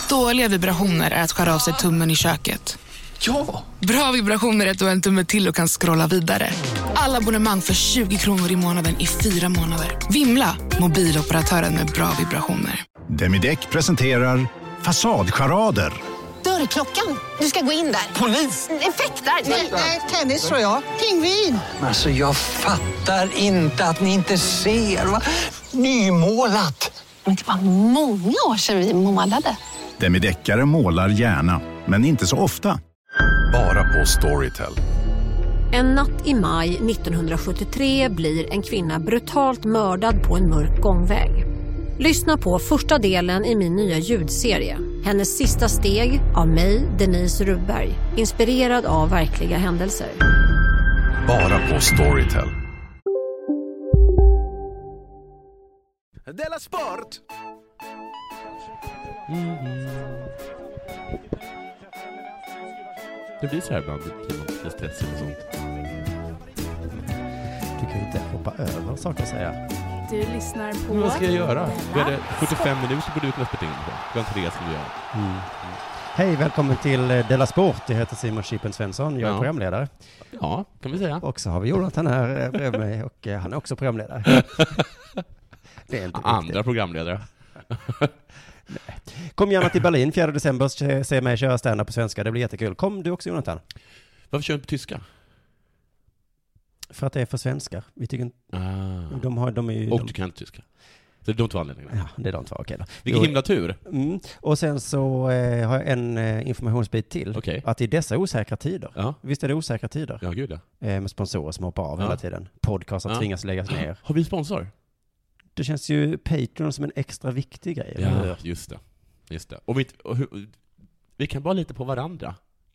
Dåliga vibrationer är att skära av sig tummen i köket. Ja! Bra vibrationer är att du har en tumme till och kan scrolla vidare. Alla abonnemang för 20 kronor i månaden i 4 månader. Vimla, mobiloperatören med bra vibrationer. Demideck presenterar Fasadcharader. Dörrklockan, du ska gå in där. Polis! Effektar? Nej, tennis tror jag. Pingvin. Alltså jag fattar inte att ni inte ser. Va? Nymålat! Men det var många år sedan vi målade. Demideckare målar gärna, men inte så ofta. Bara på Storytel. En natt i maj 1973 blir en kvinna brutalt mördad på en mörk gångväg. Lyssna på första delen i min nya ljudserie. Hennes sista steg av mig, Denise Rubberg. Inspirerad av verkliga händelser. Bara på Storytel. Della Sport! Det blir så här ibland, det är stressigt och sånt. Du kan ju inte hoppa över saker att säga. Du lyssnar på... Men vad ska jag göra? Vi hade 45 minuter på du kunna spela in på. Vi har inte det skulle vi göra. Hej, välkommen till Della Sport. Jag heter Simon Chippen Svensson, jag är programledare. Ja, kan vi säga. Och så har vi Jonathan här bredvid mig och han är också programledare. Det är inte andra programledare. Kom gärna till Berlin 4 december, se mig köra stand-up på svenska, det blir jättekul. Kom du också, Jonathan? Varför kör du på tyska? För att det är för svenskar. Vi tycker inte... De är ju... Och du kan inte tyska. Så det är de två anledningarna. Ja, det är de två, okej då. Vilken himla tur. Och sen så har jag en informationsbit till. Okay. Att i dessa osäkra tider, visst är det osäkra tider? Ja, gud ja. Med sponsorer som hoppar av hela tiden. Podcaster tvingas läggas ner. Har vi sponsor? Det känns ju Patreon som en extra viktig grej. Ja, just det. Och vi kan bara lita på varandra.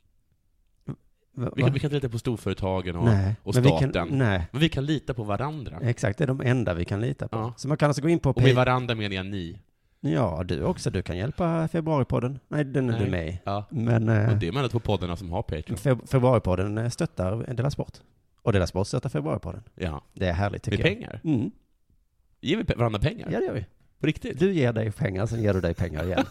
Vi kan inte lita på storföretagen och staten. Men vi kan lita på varandra. Exakt, det är de enda vi kan lita på. Ja. Så man kan alltså gå in på... Och med varandra menar jag ni. Ja, du också. Du kan hjälpa Februaripodden. Nej, den är du med i. Ja. Men det är med de två poddarna som har Patreon. Februaripodden stöttar Della Sport. Och Della Sport stöttar Februaripodden. Ja. Det är härligt tycker jag. Med pengar? Mm. Ger vi varandra pengar? Ja, det gör vi. På riktigt? Du ger dig pengar, sen ger du dig pengar igen.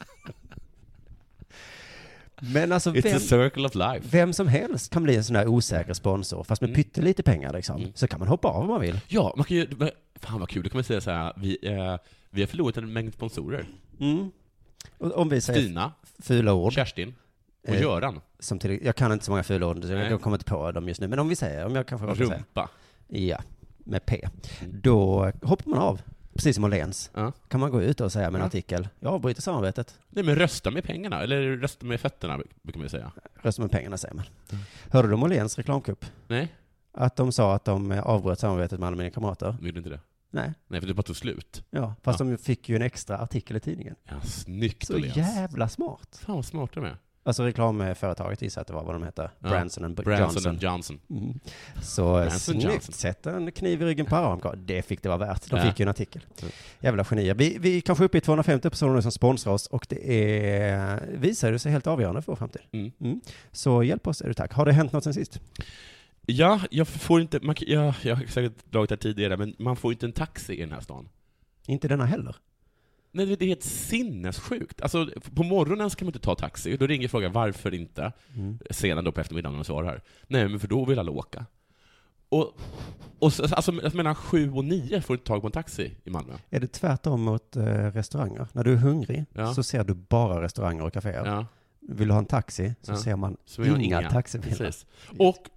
Men alltså It's a circle of life. Vem som helst kan bli en sån här osäker sponsor, fast med pyttelite pengar liksom. Så kan man hoppa av om man vill. Ja, man kan ju... Fan vad kul, då kan man säga så här. Vi har förlorat en mängd sponsorer. Och om vi säger Stina, fula ord. Kerstin och Göran. Som jag kan inte så många fula ord, så jag kommer inte på dem just nu. Men om jag kan få Rumpa. Ja, med P. Då hoppar man av. Precis som Åhléns. Kan man gå ut och säga med en artikel, jag avbryter samarbetet. Nej, men rösta med pengarna, eller rösta med fötterna, brukar man säga. Rösta med pengarna, säger man. Hörde du om Åhléns reklamkupp? Nej. Att de sa att de avbröt samarbetet med alla mina kamrater. Vill du inte det? Nej, för det bara tog slut. Ja, fast de fick ju en extra artikel i tidningen. Ja, snyggt. Så jävla smart. Fan vad smart de är. Alltså reklamföretaget gissar att det var vad de heter. Branson Johnson. Så Branson snyggt. Johnson. Sätta en kniv i ryggen på Aramco. Det fick det vara värt. De fick ju en artikel. Jävla genier. Vi kanske är uppe i 250 personer som sponsrar oss och det visar sig helt avgörande för vår framtid. Så hjälp oss, är du tack. Har det hänt något sen sist? Ja, jag får inte... jag har säkert dragit det tidigare, men man får inte en taxi i den här stan. Inte denna heller? Nej, det är helt sinnessjukt. Alltså, på morgonen ska man inte ta taxi. Då ringer frågan varför inte. Sedan då på eftermiddagen när man svarar. Nej, men för då vill alla åka. Och alltså, mellan 7 och 9 får du inte tag på en taxi i Malmö. Är det tvärtom mot restauranger? När du är hungrig så ser du bara restauranger och kaféer. Ja. Vill du ha en taxi så ser man inga taxibilar. Precis. Och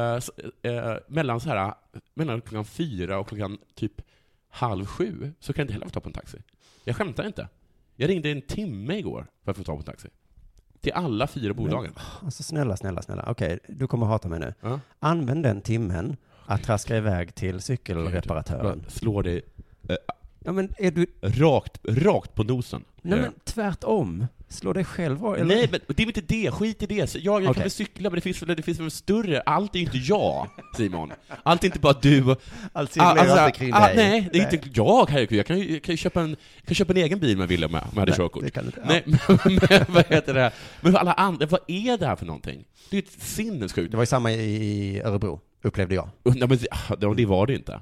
mellan klockan 4 och klockan typ 6:30 så kan jag inte heller få ta på en taxi. Jag skämtar inte. Jag ringde en timme igår för att få ta på en taxi. Till alla 4 bolagen. Alltså snälla. Okej, du kommer hata mig nu. Använd den timmen att traska iväg till cykelreparatören. Slår dig ja, men är du rakt på nosen. Nej, men tvärtom. Slå dig själv. Eller? Nej, men det är inte det. Skit i det. Jag kan väl cykla, men det finns väl större. Allt är inte jag, Simon. Allt är inte bara du. Allt cirkulerar inte kring dig. Nej, det är inte jag. Jag kan ju köpa en egen bil med Willem med hade körkort. Det kan inte. Nej, men vad heter det? Men för alla andra, vad är det här för någonting? Det är ett sinnessjukt. Det var ju samma i Örebro, upplevde jag. Nej, men det var det inte.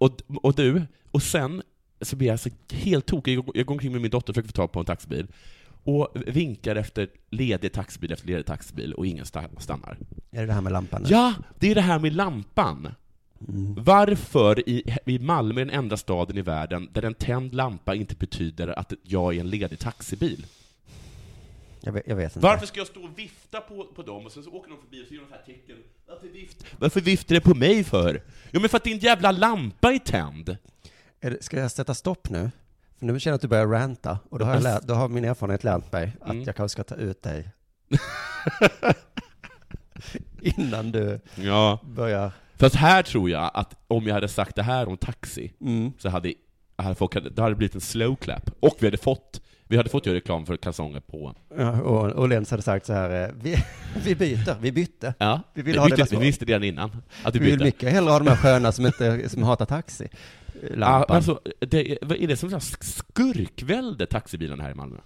Och sen så blir jag så helt tokig. Jag går omkring med min dotter och försöker få tag på en taxibil. och vinkar efter ledig taxibil och ingen stannar. Är det här med lampan? Ja, det är det här med lampan. Varför i Malmö är den enda staden i världen där en tänd lampa inte betyder att jag är en ledig taxibil? Jag vet inte. Varför ska jag stå och vifta på dem och sen så åker de förbi och så gör de så här tecken? Varför viftar det på mig för? Jo, men för att din jävla lampa är tänd. Ska jag sätta stopp nu? För nu känner jag att du börjar ranta. Och då har min erfarenhet lärt mig att jag kanske ska ta ut dig. Innan du börjar. Fast här tror jag att om jag hade sagt det här om taxi så hade det hade blivit en slow clap. Och vi hade fått göra reklam för kalsonger på. Ja, och Lens hade sagt så här, vi bytte. Ja, vi visste det redan innan. Att vi vill mycket hellre ha de här sköna som hatar taxi. Lampan. Alltså, är det som en skurkvälde taxibilarna här i Malmö?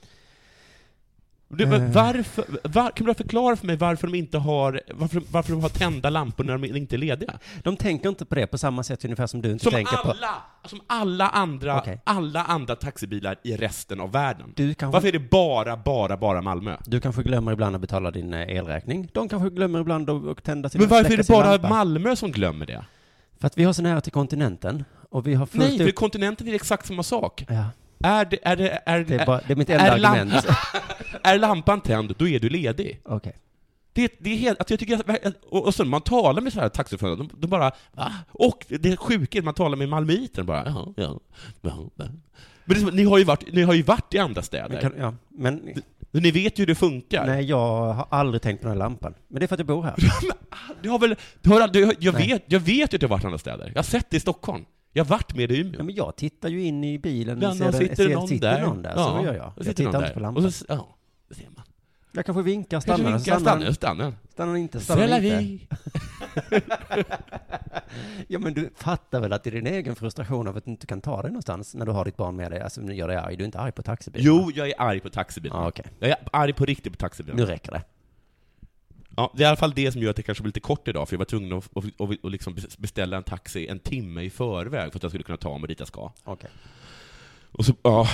Kan du förklara för mig varför de har tända lampor när de inte är lediga? De tänker inte på det på samma sätt ungefär som du inte tänker på. Som alla andra taxibilar i resten av världen. Varför är det bara Malmö? Du kanske glömmer ibland att betala din elräkning. De kanske glömmer ibland att tända sina. Men varför är det bara Malmö som glömmer det? För att vi har så nära till kontinenten och vi har Nej, för kontinenten är exakt samma sak. Ja. Det är mitt enda argument. Är lampan tänd, då är du ledig. Okej. Det är helt, att jag tycker och så man talar med så här taxiförare, de bara och det är sjukt, man talar med malmöiter bara ja. Men ni har ju varit i andra städer. Men ni vet ju hur det funkar. Nej, jag har aldrig tänkt på den här lampan. Men det är för att jag bor här. Jag vet ju att du har varit i andra städer. Jag har sett det i Stockholm. Jag har varit med i Umeå. Ja, men jag tittar ju in i bilen och sitter någon där. Så gör jag. Jag tittar inte på lampan. Och så, det ser man. Jag kanske vinkar, stannar inte. Ja, men du fattar väl att det är din egen frustration av att du inte kan ta dig någonstans när du har ditt barn med dig. Alltså, nu gör dig arg. Du är inte arg på taxibilen. Jo, jag är arg på taxibilen. Okay. Jag är arg på riktigt på taxibilen. Nu räcker det. Ja, det är i alla fall det som gör att det kanske blir lite kort idag, för jag var tvungen att liksom beställa en taxi en timme i förväg för att jag skulle kunna ta mig dit jag ska. Okay. Och så,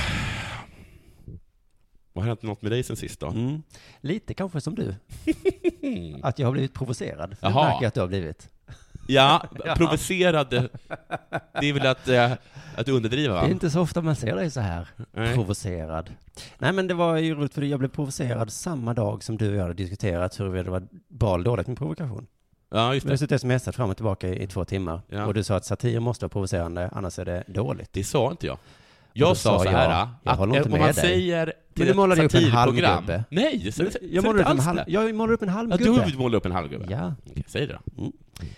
vad har hänt något med dig sen sist då? Lite kanske som du. Att jag har blivit provocerad. Det märker jag att du har blivit. Ja, provocerad. Det är väl att underdriva, va? Det är inte så ofta man ser dig så här provocerad. Nej, men det var ju roligt för jag blev provocerad samma dag som du och jag hade diskuterat hur det var bra eller dåligt med provokation. Ja, just det. Vi har suttit smsat fram och tillbaka i 2 timmar. Ja. Och du sa att satir måste vara provocerande, annars är det dåligt. Det sa inte jag. Jag sa så här, att om man säger till ett satirprogram... Nej, jag målar upp en halmgubbe. Du målar upp en halmgubbe? Ja. Okej, säg det då.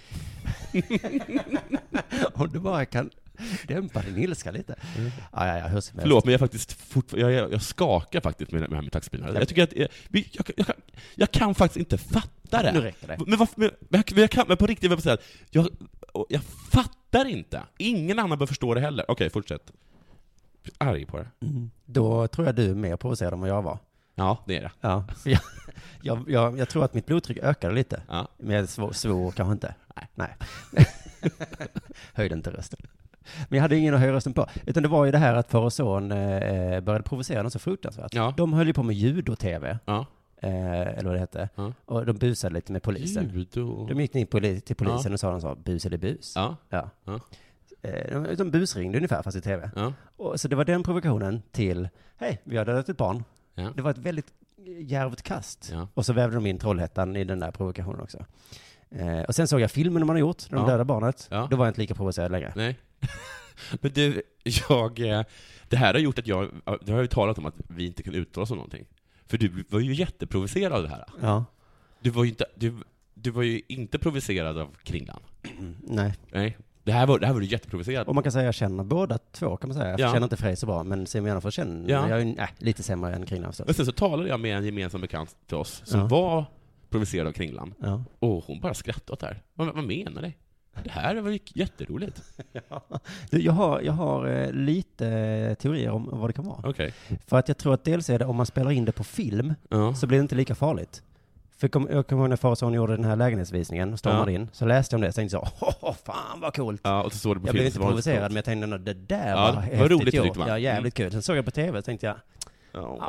Om du bara kan dämpa din ilska lite. Ja, förlåt, men jag skakar faktiskt med det här med taxibilarna. Jag tycker att jag kan faktiskt inte fatta det. Nu räcker det. Men på riktigt vill jag säga att jag fattar inte. Ingen annan bör förstå det heller. Okej, fortsätt. Arg på det. Då tror jag du är mer provocerad än vad jag var. Ja, det är det. Ja. Jag tror att mitt blodtryck ökade lite. Ja. Men jag svor kanske inte. Nej. Höjde inte rösten. Men jag hade ingen att höja rösten på. Utan det var ju det här att far och son började provocera dem så fruktansvärt. Ja. De höll ju på med judo-tv. Ja. Eller vad det hette. Ja. Och de busade lite med polisen. Judo. De gick in till polisen och sa bus eller bus. Ja. De busringde ungefär fast i tv. Ja. Och så det var den provokationen till hej, vi har dödat ett barn. Ja. Det var ett väldigt djärvt kast. Ja. Och så vävde de in Trollhättan i den där provokationen också. Och sen såg jag filmen de hade gjort, de döda barnet. Ja. Då var jag inte lika provocerad längre. Nej. Men du, det här har gjort att jag har ju talat om att vi inte kan uttala oss om någonting. För du var ju jätteprovocerad av det här. Ja. Du var ju inte provocerad av Kringlan. Nej. Det här var du jätteprovocerad. Och man kan säga att jag känner båda två, kan man säga. Jag känner inte Frej så bra, men Simon Gärdenfors känner jag är lite sämre än Kringlan. Men sen så talade jag med en gemensam bekant till oss som var provocerad av Kringlan. Ja. Och hon bara skrattade åt det här. Vad menar du? Det här var ju jätteroligt. Jag har lite teorier om vad det kan vara. Okay. För att jag tror att dels är det, om man spelar in det på film så blir det inte lika farligt. För jag kommer ihåg när Farsson gjorde den här lägenhetsvisningen och stormade in, så läste jag om det och tänkte så, fan vad coolt. Ja, och så såg det på jag film, blev inte provocerad, men jag tänkte att det där var häftigt roligt, ja, jävligt kul. Sen såg jag på tv och tänkte jag,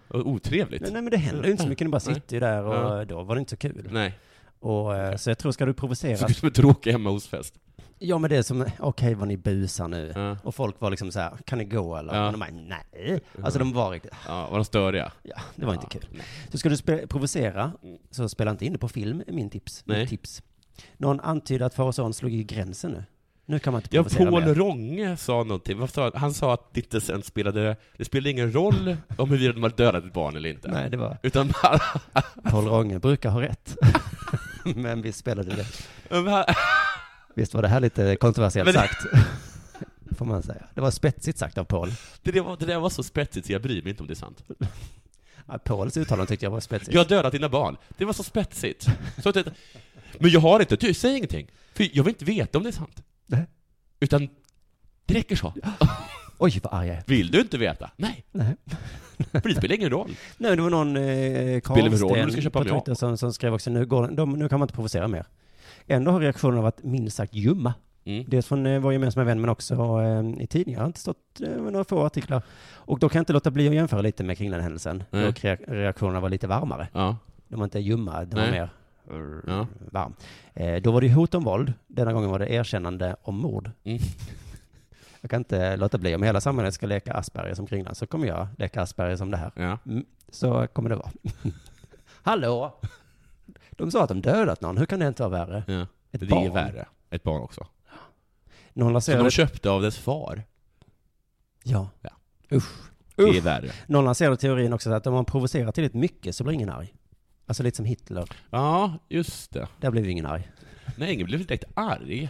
Otrevligt. Nej, men det händer ju inte så mycket. Ni bara sitter ju där och då var det inte så kul. Nej. Och, så jag tror, ska du provocera... Så som en tråkig hemma hos-fest. Ja, men det är som, okej, vad ni busar nu. Och folk var liksom så här, kan ni gå eller? Och de bara, nej. Alltså de var riktigt... Ja, var de störiga? Ja, det var inte kul. Nej. Så ska du provocera, så spela inte in det på film, är min tips. Nej. Min tips. Någon antyder att far och son slog i gränsen nu. Nu kan man inte provocera Paul mer. Ronge sa någonting. Han sa att det inte sen spelade ingen roll om huruvida de hade dödat ett barn eller inte. Nej, det var... Utan bara... Paul Ronge brukar ha rätt. Men vi spelade det. Visst var det här lite kontroversiellt sagt. Får man säga. Det var spetsigt sagt av Paul. Det där var så spetsigt så jag bryr mig inte om det är sant. Ja, Pauls uttalande tyckte jag var spetsigt. Jag har dödat dina barn. Det var så spetsigt. Så att men jag har inte, du säger ingenting. För jag vill inte veta om det är sant. Nej. Utan det räcker så. Oj, vad arg jag är. Vill du inte veta? Nej. För det spelar ingen roll. Nej, det var någon Karlsten på Twitter som skrev också, nu kan man inte provocera mer. Ändå har reaktionerna varit minst sagt ljumma. Dels från vår gemensamma vän, men också i tidningar. Jag har inte stått några få artiklar. Och då kan jag inte låta bli att jämföra lite med kring den händelsen. Då reaktionerna var lite varmare. Ja. De var inte ljumma, de var mer varm. Då var det hot om våld. Denna gången var det erkännande om mord. Jag kan inte låta bli. Om hela samhället ska leka Asperger som Kringland, så kommer jag leka Asperger som det här. Ja. Så kommer det vara. Hallå! De sa att de dödat någon. Hur kan det inte vara värre? Ja. Det är värre. Ett barn också. Någon som de köpte av dess far. Ja. Usch. Det är värre. Någon lanserade teorin också att om man provocerar tillräckligt mycket så blir ingen arg. Alltså lite som Hitler. Ja, just det. Där blev ingen arg. Nej, ingen blev direkt arg.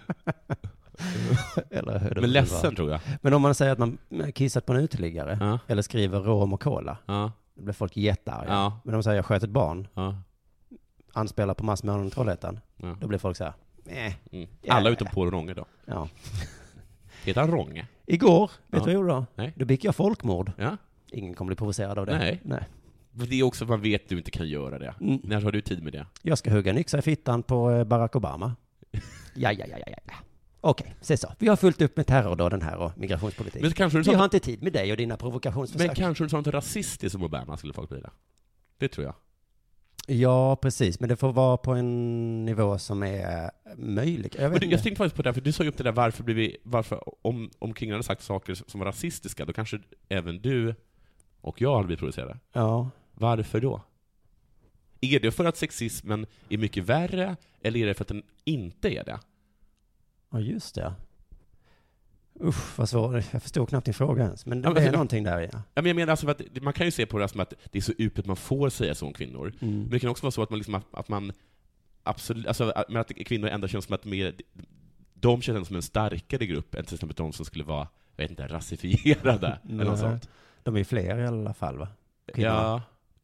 Eller hur det men ledsen tror jag. Men om man säger att man kissat på en uteliggare eller skriver rom och cola, då blir folk jättearga. Men om man säger jag sköt ett barn, anspelar på massmördaren i Trollhättan, då blir folk så här. Alla utom på Ronge då. Ja. Heter han Ronge? Igår, vet du vad jag gjorde då? Nej. Då begick jag folkmord. Ja. Ingen kommer bli provocerad av det. Nej. Det är också att man vet att du inte kan göra det. När har du tid med det? Jag ska hugga en yxa i fittan på Barack Obama. Ja. Okej, se så. Vi har fullt upp med terrordåden här och migrationspolitik. Men kanske vi har inte tid med dig och dina provokationsförsök. Men kanske du sa inte rasistiskt som Obama skulle folk bli det. Det tror jag. Ja, precis. Men det får vara på en nivå som är möjlig. Jag tänkte faktiskt på det, för du sa ju upp det där, varför om Kringland hade sagt saker som var rasistiska, då kanske även du och jag hade blivit provocerade. Ja. Varför då? Är det för att sexismen är mycket värre, eller är det för att den inte är det? Ja, just det. Usch, vad svårt. Jag förstår knappt din fråga ens. Men det är någonting där, ja. Men jag menar alltså att man kan ju se på det som att det är så utbrett man får säga så om kvinnor. Men det kan också vara så att man liksom, att man absolut, alltså att kvinnor ändå känns som att de känns som en starkare grupp än till exempel de som skulle vara, jag vet inte, rasifierade eller något sånt. De är fler i alla fall, va? Ja.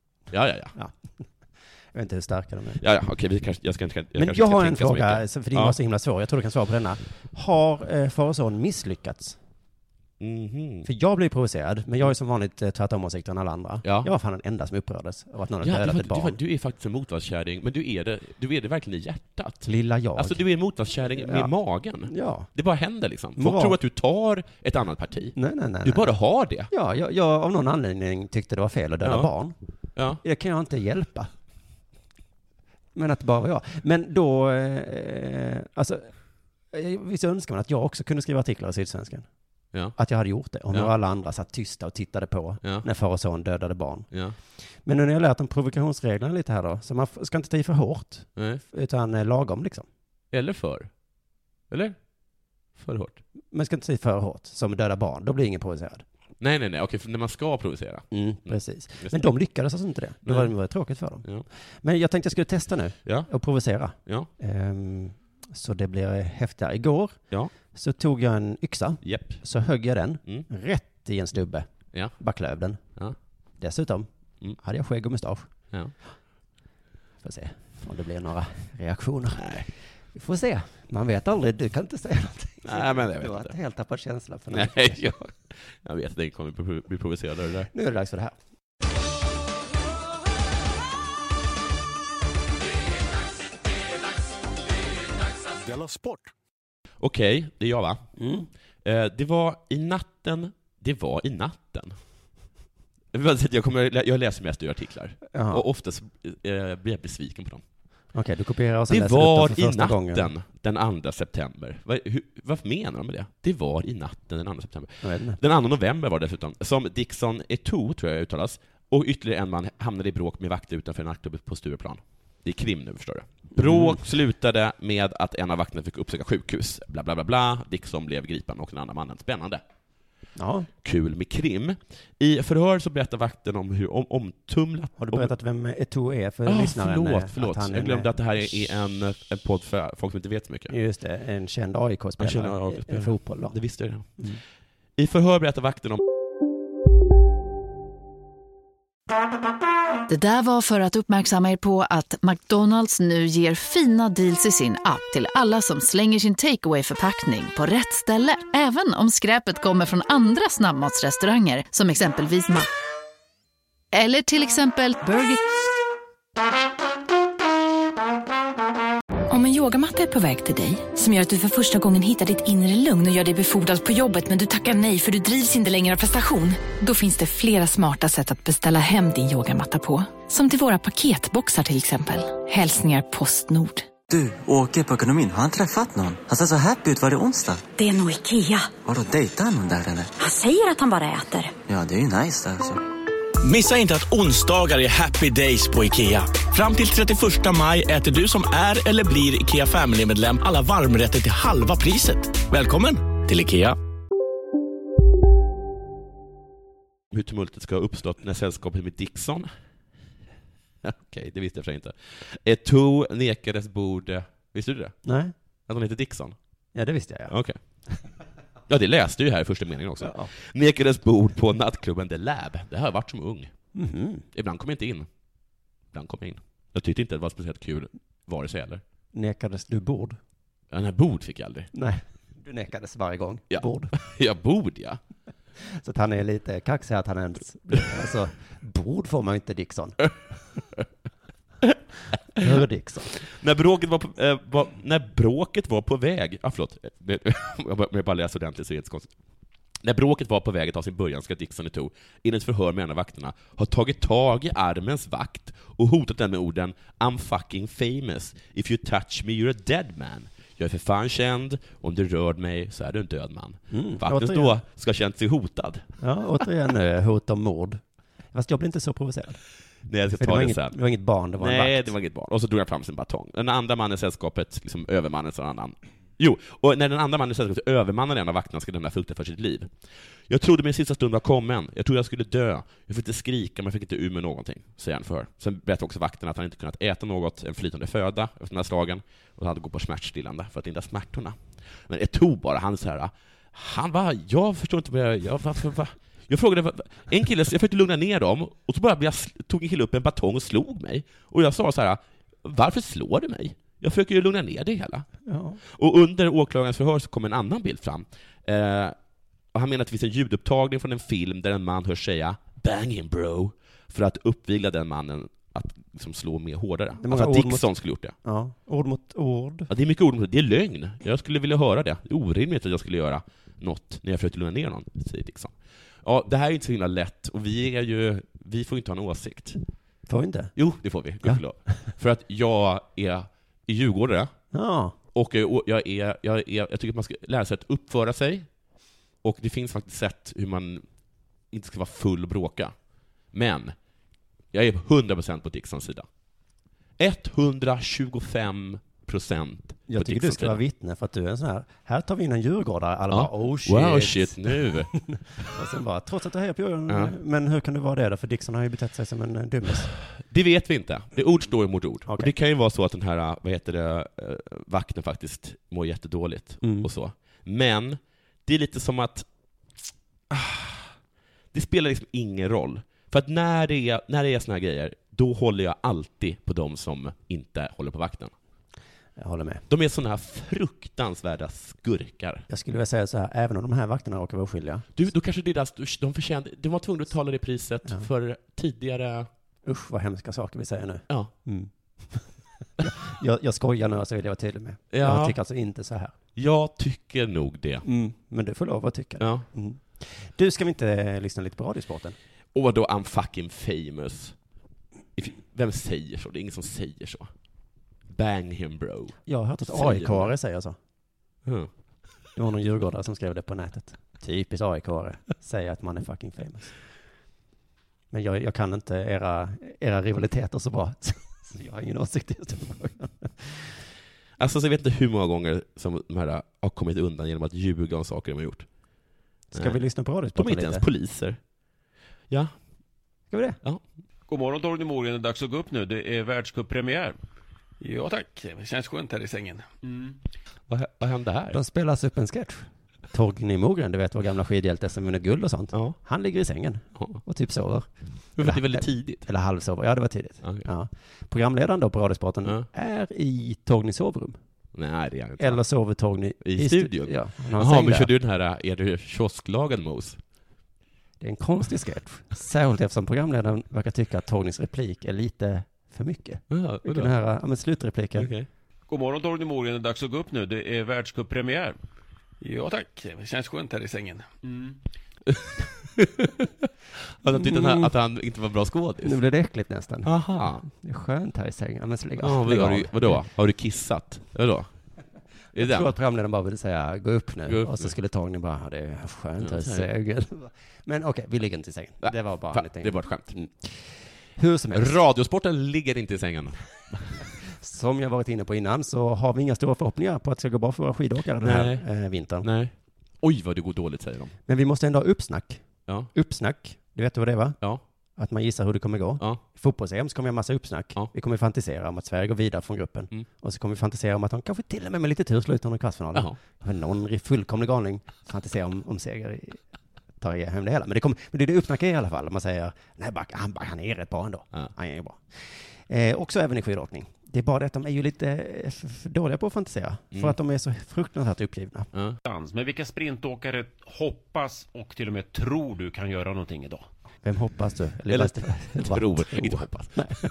Jag vet inte hur starka de är. Ja, okej, jag har en fråga, för din var så himla svår. Jag tror du kan svara på denna. Har far och son misslyckats? För jag blev provocerad, men jag är som vanligt tvärtom åsikter än alla andra. Jag var fan den enda som upprördes av att någon hade dödat ett barn. Du är faktiskt en motvallskärring, men du är det verkligen i hjärtat. Lilla jag. Alltså du är en motvallskärring med magen. Ja. Det bara händer liksom. Folk tror att du tar ett annat parti. Nej. Du bara har det. Ja, jag av någon anledning tyckte det var fel att döda barn. Ja. Det kan jag inte hjälpa. Men att det bara var jag. Men då, visst önskar man att jag också kunde skriva artiklar i Sydsvenskan. Ja. Att jag hade gjort det. Och när alla andra satt tysta och tittade på när far och son dödade barn. Ja. Men nu när jag lärt om provokationsreglerna lite här då, så man ska inte ta i för hårt. Nej. Utan lagom liksom. Eller för hårt. Man ska inte ta i för hårt, som döda barn. Då blir ingen provocerad. Nej, okej, för när man ska provocera. Precis. Men de lyckades alltså inte det. Det var tråkigt för dem. Ja. Men jag tänkte jag skulle testa nu och provocera. Ja. Så det blir häftigare. Igår så tog jag en yxa, så högg jag den rätt i en stubbe. Bara klöv den. Ja. Dessutom hade jag skägg och mustasch. Ja. Får se om det blir några reaktioner. Nej. Vi får se. Man vet aldrig. Du kan inte säga någonting. Nej, men jag vet inte. Du har helt tappat känsla för något. Nej, jag vet att det kommer bli provocerad av det där. Nu är det dags för det här. Della Sport. Okej, det är jag, va? Det var i natten. Jag läser mest ur artiklar. Jaha. Och oftast blir jag besviken på dem. Okej, du kopierar och sen Det läser du upp var dem för i första natten gången. den 2 september. Vad menar de med det? Det var i natten den 2 september. Jag vet inte. Den 2 november var det dessutom. Som Dixon Eto'o, tror jag uttalas. Och ytterligare en man hamnade i bråk med vakter utanför en nattklubb på Stureplan. Det är krim nu, förstår du. Bråk slutade med att en av vakterna fick uppsöka sjukhus. Bla, bla, bla, bla. Dixon blev gripen och den andra mannen. Spännande. Ja. Kul med krim. I förhör så berättar vakten om hur omtumlat... Har du berättat vem Eto'o är för lyssnaren? Förlåt. Jag glömde att det här är en podd för folk som inte vet så mycket. Just det, en känd AIK-spelare i fotboll då. Det visste jag. I förhör berättar vakten om... Det där var för att uppmärksamma er på att McDonalds nu ger fina deals i sin app till alla som slänger sin takeaway-förpackning på rätt ställe. Även om skräpet kommer från andra snabbmatsrestauranger som exempelvis eller till exempel Burger. Om en yogamatta är på väg till dig, som gör att du för första gången hittar ditt inre lugn och gör dig befordrad på jobbet men du tackar nej för du drivs inte längre av prestation. Då finns det flera smarta sätt att beställa hem din yogamatta på. Som till våra paketboxar till exempel. Hälsningar Postnord. Du, åker på ekonomin. Har han träffat någon? Han ser så happy ut. Varje onsdag. Det är nog Ikea. Har du dejtat någon där eller? Han säger att han bara äter. Ja, det är ju nice där alltså. Missa inte att onsdagar är happy days på IKEA. Fram till 31 maj äter du som är eller blir IKEA Family-medlem alla varmrätter till halva priset. Välkommen till IKEA. Hur tumultet ska ha uppstått när sällskapet med Dixon... Okej, det visste jag för inte. Eto'o nekades bord... Visste du det? Nej. Att hon heter Dixon? Ja, det visste jag. Ja. Okej. Ja, det läste ju här i första meningen också. Ja. Nekades bord på nattklubben The Lab. Det har jag varit som ung. Mm-hmm. Ibland kom jag inte in. Ibland kom jag in. Jag tyckte inte det var speciellt kul, vare sig eller. Nekades du bord? Ja, den här bord fick jag aldrig. Nej, du nekades varje gång. Ja. Bord. Ja, bord, ja. Så att han är lite kaxig att han ens... Alltså, bord får man ju inte, Dixon. Hör Dixon. När bråket var på väg... förlåt. Jag bara läser ordentligt så är det inte konstigt. När bråket var på väg att ta sin början ska Dixon Eto'o in ett förhör med en av vakterna ha tagit tag i armens vakt och hotat den med orden I'm fucking famous. If you touch me you're a dead man. Jag är för fan känd. Om du rör mig så är du en död man. Vakten då ska ha känt sig hotad. Ja, återigen hot om mord. Fast jag blir inte så provocerad. Nej, jag ska ta det sen. Det var inget barn, det var en vakt. Nej, det var inget barn. Och så drog han fram sin batong. Den andra mannen i sällskapet, liksom övermannen, sa annan. Jo, och när den andra mannen i sällskapet övermannen en av vakterna ska lämna frukta för sitt liv. Jag trodde min sista stund var kommen. Jag trodde jag skulle dö. Jag fick inte skrika, men jag fick inte ur med någonting, säger han för. Sen berättar också vakten att han inte kunnat äta något, en flytande föda efter den här slagen, och hade gått på smärtstillande för att lindra smärtorna. Men Eto'o bara, jag förstår inte vad jag frågade en kille, jag försökte lugna ner dem, och så bara tog en kille upp en batong och slog mig. Och jag sa så här: varför slår du mig? Jag försöker ju lugna ner det hela. Ja. Och under åklagarens förhör så kom en annan bild fram. Och han menar att det finns en ljudupptagning från en film där en man hörs säga "Bang him bro", för att uppvigla den mannen att liksom slå mer hårdare. Alltså att Dixon skulle gjort det. Ja, ord mot ord. Ja, det är mycket ord mot ord. Det är lögn. Jag skulle vilja höra det. Det är orimligt att jag skulle göra något när jag försökte lugna ner någon, säger Dixon. Ja, det här är inte så himla lätt, och vi får inte ha en åsikt. Får vi inte? Jo, det får vi. Ja. För att jag är i Djurgårdare. Ja. Och jag tycker att man ska lära sig att uppföra sig. Och det finns faktiskt sätt hur man inte ska vara full och bråka. Men jag är 100% på Dixons sida. 125%. Jag tycker du ska vara vittne, för att du är en sån här tar vi in en djurgårdare. Alla bara, oh shit. Wow, shit, nu. Och sen bara, trots att du hejar på djuren. Men hur kan du vara det då? För Dixon har ju betett sig som en dummis. Det vet vi inte. Det ord står emot ord. Okay. Och det kan ju vara så att den här, vakten faktiskt mår jättedåligt och så. Men det är lite som att det spelar liksom ingen roll. För att när det är såna här grejer, då håller jag alltid på de som inte håller på vakten. Jag håller med. De är såna här fruktansvärda skurkar. Jag skulle vilja säga så här, även om de här vakterna råkar vara oskyldiga. Då kanske de var tvungna att betala det priset för tidigare... Usch, vad hemska saker vi säger nu. Ja. Jag skojar nu, så vill jag vara tydlig med. Ja. Jag tycker alltså inte så här. Jag tycker nog det. Men du får lov att tycka det. Ja. Du, ska vi inte lyssna lite på Radiosporten? Och vadå I'm fucking famous? Vem säger så? Det är ingen som säger så. Bang him bro. Jag har hört att AIK-are säger så. Det var någon djurgårdare som skrev det på nätet. Typiskt AIK-are säger att man är fucking famous. Men jag kan inte era rivaliteter så bra. Så jag har ingen åsikt i just den frågan. Alltså så jag vet inte hur många gånger som de här har kommit undan genom att ljuga om saker de har gjort. Ska vi lyssna på det? De är inte ens poliser. Ja. Ska vi det? Ja. God morgon Torgny Morgan, det är dags att gå upp nu. Det är världscuppremiär. Ja tack, det känns skönt här i sängen. Vad hände här? De spelar upp en sketch. Torgny Morgan, du vet vår gamla skidhjälte som vinner guld och sånt. Ja. Han ligger i sängen och typ sover. Men det är väldigt tidigt. Eller halvsover. Ja, det var tidigt. Okay. Ja. Programledaren då på Radiosporten är i Torgnys sovrum. Nej, det är inte. Eller sover Torgny i studion? Ja. Jaha, men kör du den här, är du kiosklagen mos? Det är en konstig sketch. Särskilt eftersom programledaren verkar tycka att Torgnys replik är lite för mycket. Ja, den här slutrepliken. Okay. God morgon Torgny Morgan, det är dags att gå upp nu. Det är världscuppremiär. Ja tack, det känns skönt här i sängen. Att han inte var bra skådis. Nu blir det äckligt nästan. Aha. Det är skönt här i sängen. Men vadå? Har du kissat? Vadå? Jag tror att programledaren bara ville säga gå upp nu. Och så skulle Torgny bara, det är skönt här i sängen. Men okej, vi ligger inte i sängen. Det var bara det är bara ett skämt. Hur som helst. Radiosporten ligger inte i sängen. Som jag varit inne på innan så har vi inga stora förhoppningar på att det ska gå bra för våra skidåkare den här vintern. Nej. Oj, vad det går dåligt, säger de. Men vi måste ändå ha uppsnack. Ja. Uppsnack, du vet vad det var? Ja. Att man gissar hur det kommer gå. Ja. Fotbolls-EM så kommer jag massa uppsnack. Ja. Vi kommer fantisera om att Sverige går vidare från gruppen. Och så kommer vi fantisera om att de kanske till och med lite tur slutar under kvartsfinalen. Någon fullkomlig galning fantisera om seger tar hem det hela. Men det är det uppsnack i alla fall. Man säger, nej, han är rätt bra ändå. Ja. Han är bra. Också även i skidåkning. Det är bara det att de är ju lite dåliga på att fantisera. För att de är så fruktansvärt uppgivna. Men vilka sprintåkare hoppas och till och med tror du kan göra någonting idag? Vem hoppas du? Eller tror, inte hoppas.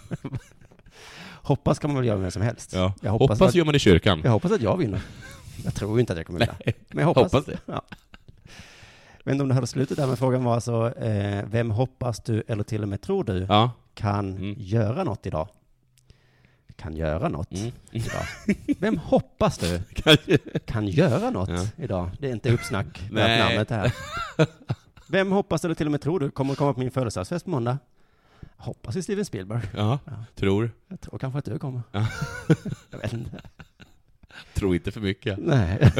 Hoppas kan man väl göra med som helst. Ja. Jag hoppas gör man i kyrkan. Jag hoppas att jag vinner. Jag tror inte att jag kommer vinna. Men jag hoppas det. Ja. Men om du hade slutet där med frågan var alltså, vem hoppas du eller till och med tror du kan göra något idag? Kan göra något idag. Vem hoppas du kan göra något idag? Det är inte uppsnack med namnet här. Vem hoppas eller till och med tror du kommer komma på min födelsedagsfest på måndag? Hoppas i Steven Spielberg. Ja. Tror. Jag tror kanske att du kommer. Ja. Jag vet inte. Tror inte för mycket. Nej.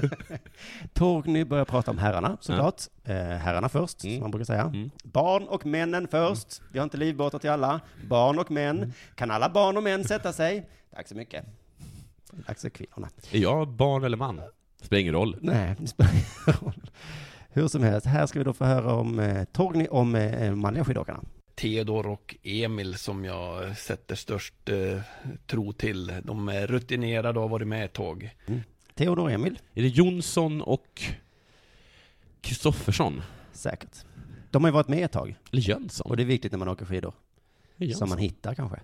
Torgny börjar prata om herrarna, såklart. Herrarna först, som man brukar säga. Barn och männen först. Vi har inte livbåtar till alla. Barn och män. Kan alla barn och män sätta sig? Tack så mycket. Tack så kvinnorna. Är jag barn eller man? Det spelar ingen roll. Nej, det spelar ingen roll. Hur som helst, här ska vi då få höra om Torgny om manliga skidåkarna. Theodor och Emil som jag sätter störst tro till. De är rutinerade och har varit med ett tag. Theodor och Emil. Är det Jonsson och Kristoffersson? Säkert. De har ju varit med ett tag. Eller Jönsson. Och det är viktigt när man åker skidor. Som man hittar kanske.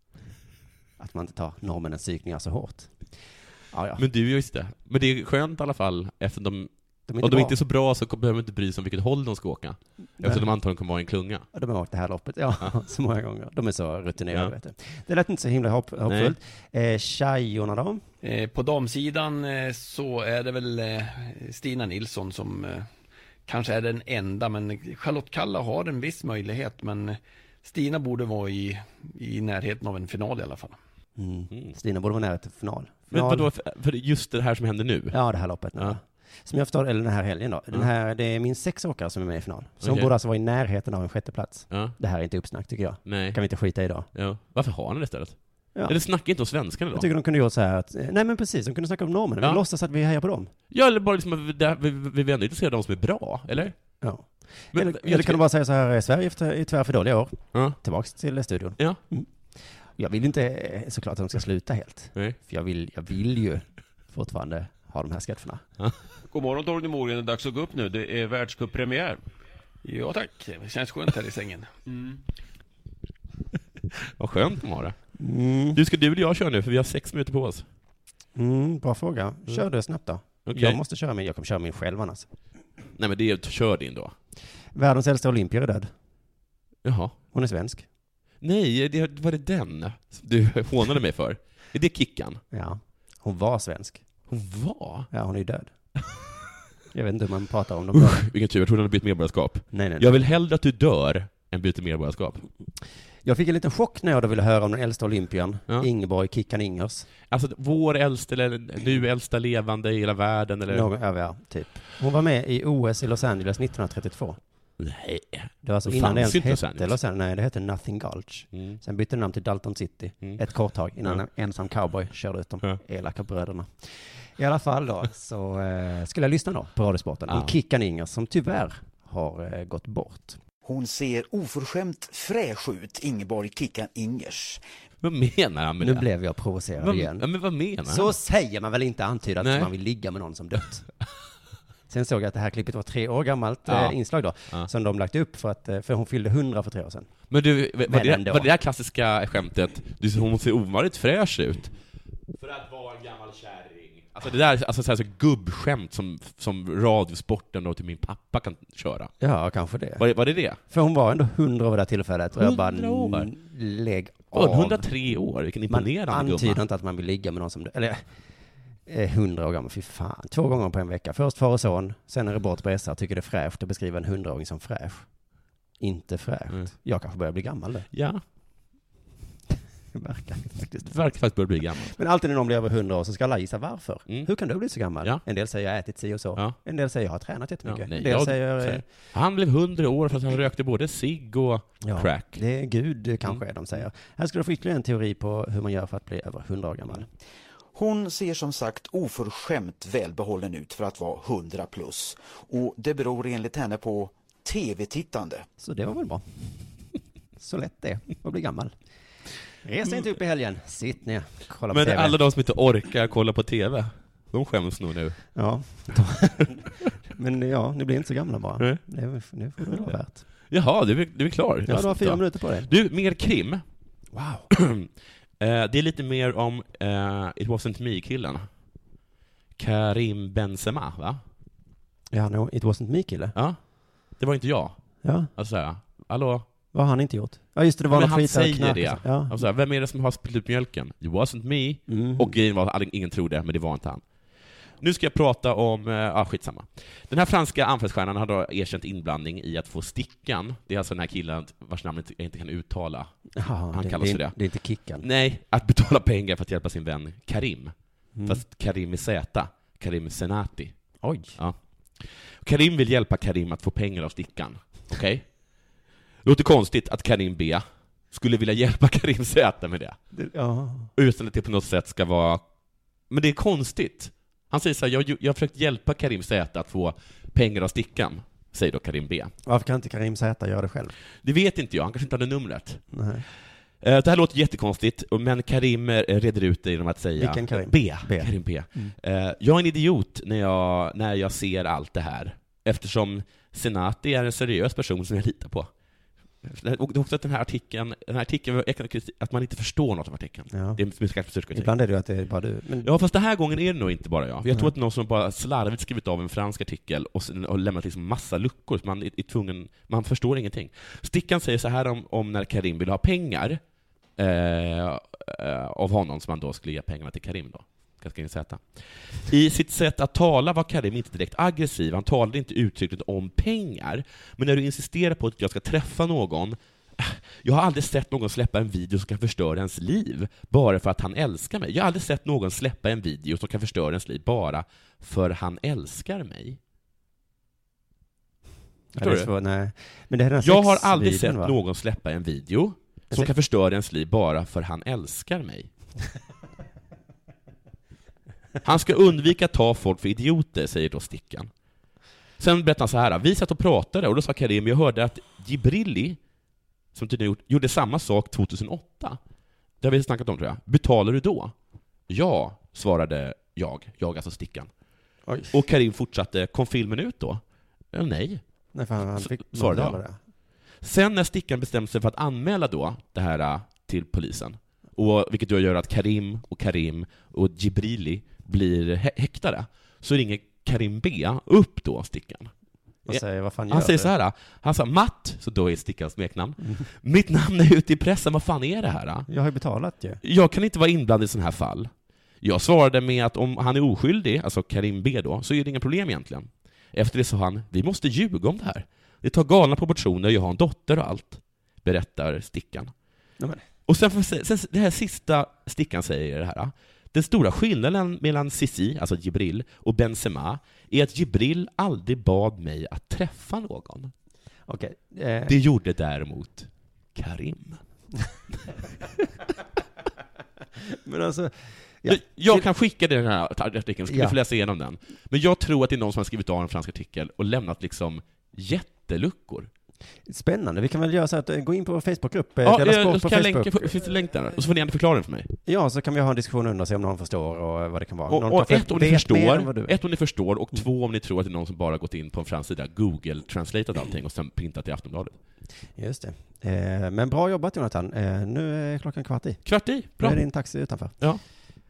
Att man inte tar norrmännens psykningar så hårt. Ja. Men du, just det. Men det är skönt i alla fall eftersom de är inte så bra så behöver man inte bry sig om vilket håll de ska åka. Eftersom de antagligen kommer vara en klunga. Ja, de har åkt det här loppet, så många gånger. De är så rutinerade, vet du. Det lät inte så himla hoppfullt. Tjejorna då? På damsidan så är det väl Stina Nilsson som kanske är den enda. Men Charlotte Kalla har en viss möjlighet. Men Stina borde vara i närheten av en final i alla fall. Stina borde vara nära till final. Men vadå, för just det här som händer nu? Ja, det här loppet nu. Som jag förstår, eller den här helgen då. Det är minst 6 åkare som är med i final. Så hon borde alltså vara i närheten av en 6:e plats. Det här är inte uppsnack tycker jag. Nej. Kan vi inte skita i idag? Ja. Varför har ni det istället? Eller snackar inte om svenskarna då? Jag tycker de kunde gjort så här att, nej men precis, de kunde snacka om normen. Vi låtsas att vi hejar på dem. Ja, eller bara liksom att vi vill ändå inte se de som är bra, eller? Ja. Eller kan de bara säga så här, Sverige är tyvärr för dåliga år. Tillbaks till studion. Ja. Jag vill inte såklart att de ska sluta helt. Nej. För jag vill ju fortfarande ha de här sketcherna. God morgon Torgny Morgan, det är dags att gå upp nu. Det är världscuppremiär. Ja tack, det känns skönt här i sängen. Vad skönt de har det. Ska du eller jag köra nu, för vi har 6 minuter på oss. Bra fråga. Kör det snabbt då. Okay. Jag kommer köra min själv annars. Nej men kör din då. Världens äldsta olympier är död. Jaha. Hon är svensk. Nej, var det den du hånade mig för? Är det Kickan? Ja, hon var svensk. Hon var? Ja, hon är ju död. Jag vet inte hur man pratar om dem. Vilken tur, jag trodde hon hade bytt medborgarskap. Nej. Jag vill hellre att du dör än byter medborgarskap. Jag fick en liten chock när jag då ville höra om den äldsta olympian, Ingeborg Kickan Ingers. Alltså vår äldsta, eller nu äldsta levande i hela världen, eller? Ja, typ. Hon var med i OS i Los Angeles 1932. Nej. Det var alltså innan det ens hette Los Angeles. Nej, det hette Nothing Gulch. Sen bytte det namn till Dalton City. Ett kort tag innan en ensam cowboy körde ut de elaka bröderna. I alla fall då så skulle jag lyssna då på Radiosporten om Kickan Ingers som tyvärr har gått bort. Hon ser oförskämt fräsch ut, Ingeborg Kickan Ingers. Vad menar han med det? Nu blev jag provocerad igen. Men vad menar han? Så säger man väl inte antyda att man vill ligga med någon som dött. Sen såg jag att det här klippet var 3 år gammalt inslag då, som de lagt upp för hon fyllde 100 för 3 år sedan. Men du, var det här klassiska skämtet, hon ser ovanligt fräsch ut? För att vara en gammal kärring. Alltså det där, alltså så gubbskämt som Radiosporten och till min pappa kan köra. Ja, kanske det. Var det? För hon var ändå 100 år det tillfället. Och 100 jag bara, år? lägg av. 103 år, vilken imponerande gumma. Man antyder gumma. inte att man vill ligga med någon som... Eller 100 år gammal, fy fan. 2 gånger på en vecka. Först far och son, sen är det bort på SR. Tycker det är fräscht att beskriva en 100-åring som fräsch. Inte fräscht. Jag kanske börjar bli gammal där. Ja. Det verkar faktiskt börja bli gammal. Men alltid när någon blir över 100 år så ska alla gissa varför. Hur kan du bli så gammal? Ja. En del säger jag har ätit si och så. Ja. En del säger jag har tränat jättemycket. En del säger... Han blev 100 år för att han rökte både cigg och crack. Det är Gud kanske de säger. Här ska du få ytterligare en teori på hur man gör för att bli över 100 år gammal. Hon ser som sagt oförskämt välbehållen ut för att vara 100 plus. Och det beror enligt henne på tv-tittande. Så det var väl bra. Så lätt det att bli gammal. Res inte upp i helgen. Sitt ner. Kolla på men TV. Alla de som inte orkar kolla på TV, de skäms nog nu. Ja. Men ni blir inte så gamla bara. Nej. Nu får det vara värt. Jaha, du är klar. Ja, du har 4 minuter på dig. Du, mer krim. Wow. Det är lite mer om It Wasn't Me-killen. Karim Benzema, va? Ja, no, It Wasn't Me-kille. Ja, det var inte jag. Ja. Alltså, hallå? Vad har han inte gjort? Ja, just det, var något skit. Men han säger det. Ja. Alltså, vem är det som har spillt ut mjölken? It wasn't me. Och grejen var, ingen trodde, men det var inte han. Nu ska jag prata om, skitsamma. Den här franska anfallsstjärnan har då erkänt inblandning i att få stickan. Det är alltså den här killen vars namn jag inte kan uttala. Han kallas för det. Det är inte Kickan. Nej, att betala pengar för att hjälpa sin vän Karim. Fast Karim är Z. Karim Senati. Oj. Ja. Karim vill hjälpa Karim att få pengar av stickan. Okej? Låter konstigt att Karim B skulle vilja hjälpa Karim Z med det. Utan att det på något sätt ska vara... Men det är konstigt. Han säger så här, jag har försökt hjälpa Karim Z att få pengar av stickan, säger då Karim B. Varför kan inte Karim Z göra det själv? Det vet inte jag, han kanske inte hade numret. Nej. Det här låter jättekonstigt, men Karim reder ut det genom att säga... Vilken Karim? B. Karim B. Jag är en idiot när jag ser allt det här, eftersom Senati är en seriös person som jag litar på. Och också att den här artikeln att man inte förstår något av artikeln. Ja. Det är mycket absurd. Ibland är det ju att det är bara du. Men... Ja, fast den här gången är det nog inte bara jag. Jag tror att någon som bara slarvigt skrivit av en fransk artikel och lämnat liksom massa luckor, så man är tvungen, man förstår ingenting. Stickan säger så här om när Karim vill ha pengar av honom, som man då skulle ge pengarna till Karim då. I sitt sätt att tala var Karim inte direkt aggressiv. Han talade inte uttryckligt om pengar. Men när du insisterar på att jag ska träffa någon... Jag har aldrig sett någon släppa en video som kan förstöra ens liv bara för att han älskar mig. Jag har aldrig sett någon släppa en video som kan förstöra ens liv bara för han älskar mig. Nej. Men det här jag har aldrig sett någon släppa en video som kan förstöra ens liv bara för han älskar mig. Han ska undvika att ta folk för idioter, säger då Stickan. Sen berättar han så här: vi satt och pratade och då sa Karim, jag hörde att Djibrili, som tydligen gjorde samma sak 2008. Det har vi snackat om, tror jag. Betalar du då? Ja, svarade jag alltså Stickan. Oj. Och Karim fortsatte, kom filmen ut då? Nej. Nej, för han fick svarade jag. Det. Sen när Stickan bestämde sig för att anmäla då det här till polisen, och vilket då gör att Karim och Djibrili blir häktade, så ringer Karim B upp då Stickan. och säger vad fan gör Han säger du? så här, han sa Matt, så då är Stickans smeknamn. Mitt namn är ute i pressen, vad fan är det här? Jag har ju betalat ju. Jag kan inte vara inblandad i sån här fall. Jag svarade med att om han är oskyldig, alltså Karim B då, så är det inga problem egentligen. Efter det sa han, vi måste ljuga om det här. Det tar galna proportioner, jag har en dotter och allt, berättar Stickan. Och sen det här sista Stickan säger det här. Den stora skillnaden mellan Sissi, alltså Jibril, och Benzema är att Jibril aldrig bad mig att träffa någon. Okay. Det gjorde däremot Karim. Men alltså... Ja. Jag kan skicka den här artikeln, så kan vi få läsa igenom den. Men jag tror att det är någon som har skrivit av en fransk artikel och lämnat liksom jätteluckor. Spännande. Vi kan väl göra så att gå in på vår Facebookgrupp. Ja, så kan jag länka, finns det länk där? Och så får ni ändå förklara den för mig. Ja, så kan vi ha en diskussion under och se om någon förstår och vad det kan vara. Och ett om ni förstår, och 2 om ni tror att det är någon som bara gått in på en fransk sida, Google translateat allting och sen printat i Aftonbladet. Just det. Men bra jobbat, Jonathan. Nu är klockan 15:15. Bra. Nu är din taxi utanför. Ja.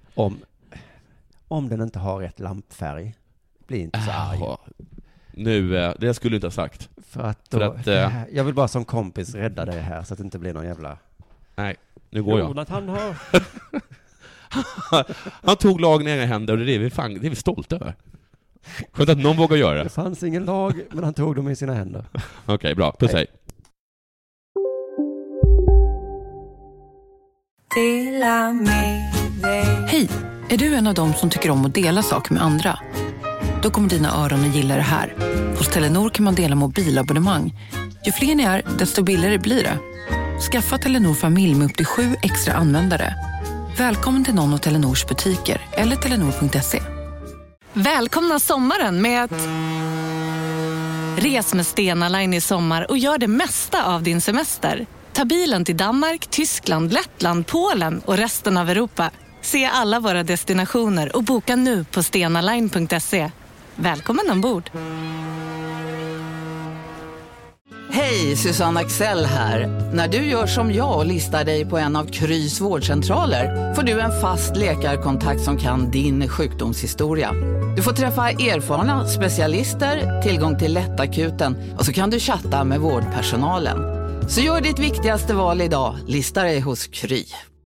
Om den inte har rätt lampfärg, blir inte så arg. Nu, det skulle du inte ha sagt. För att jag vill bara som kompis rädda dig här så att det inte blir någon jävla... Nej, nu går jag. Jonathan har... Han tog lagen i egna händer och det är vi stolta över. Skönt att någon vågar göra det. Det fanns ingen lag, men han tog dem i sina händer. Okej, bra. Puss, hej. Hej, är du en av dem som tycker om att dela saker med andra? Då kommer dina öron att gilla det här. Hos Telenor kan man dela mobilabonnemang. Ju fler ni är, desto billigare blir det. Skaffa Telenor familj med upp till 7 extra användare. Välkommen till någon av Telenors butiker eller telenor.se. Välkomna sommaren med att... Res med Stena Line i sommar och gör det mesta av din semester. Ta bilen till Danmark, Tyskland, Lettland, Polen och resten av Europa. Se alla våra destinationer och boka nu på stenaline.se. Välkommen ombord! Hej, Susanne Axel här. När du gör som jag och listar dig på en av Krys vårdcentraler får du en fast läkarkontakt som kan din sjukdomshistoria. Du får träffa erfarna specialister, tillgång till lättakuten och så kan du chatta med vårdpersonalen. Så gör ditt viktigaste val idag, lista dig hos Kry.